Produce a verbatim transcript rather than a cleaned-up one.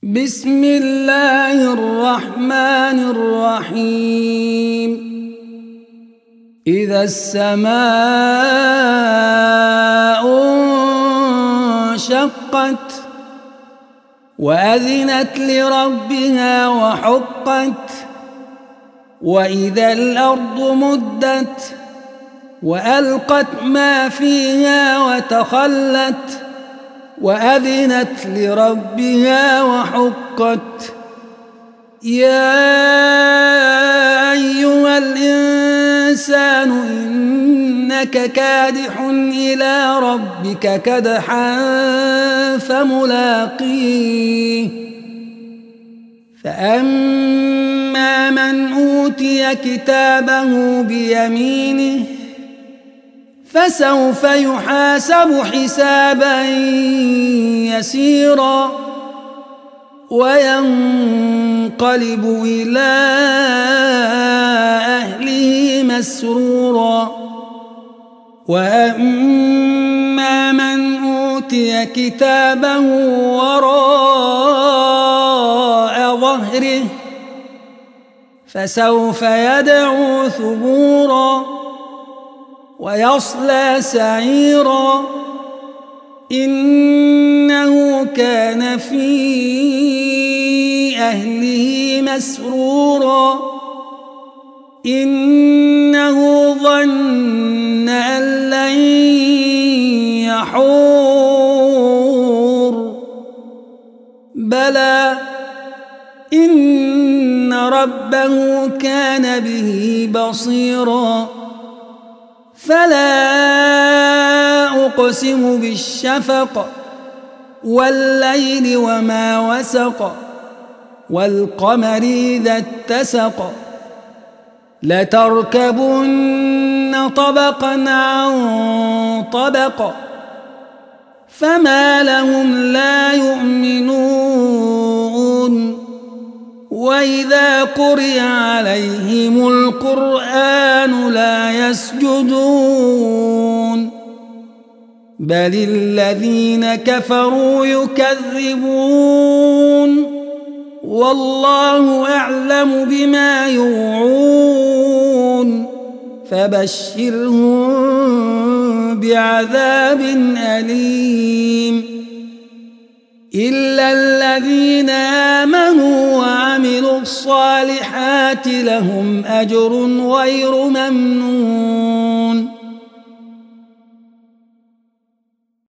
بسم الله الرحمن الرحيم إذا السماء انشقت وأذنت لربها وحقت وإذا الأرض مدت وألقت ما فيها وتخلت وأذنت لربها وحقت يا أيها الإنسان إنك كادح إلى ربك كدحا فملاقيه فأما من أوتي كتابه بيمينه فسوف يحاسب حسابا يسيرا وينقلب إلى أهله مسرورا وأما من أوتي كتابه وراء ظهره فسوف يدعو ثبورا ويصلى سعيرا إنه كان في أهله مسرورا إنه ظن أن لن يحور بلى إن ربه كان به بصيرا فلا أقسم بالشفق والليل وما وسق والقمر إذا اتسق لتركبن طبقا عن طبق فما لهم لا يؤمنون وإذا قرئ عليهم القرآن لا يسجدون بل الذين كفروا يكذبون والله أعلم بما يوعون فبشرهم بعذاب أليم إلا الذين آمنوا وعملوا الصالحات لهم أجر غير ممنون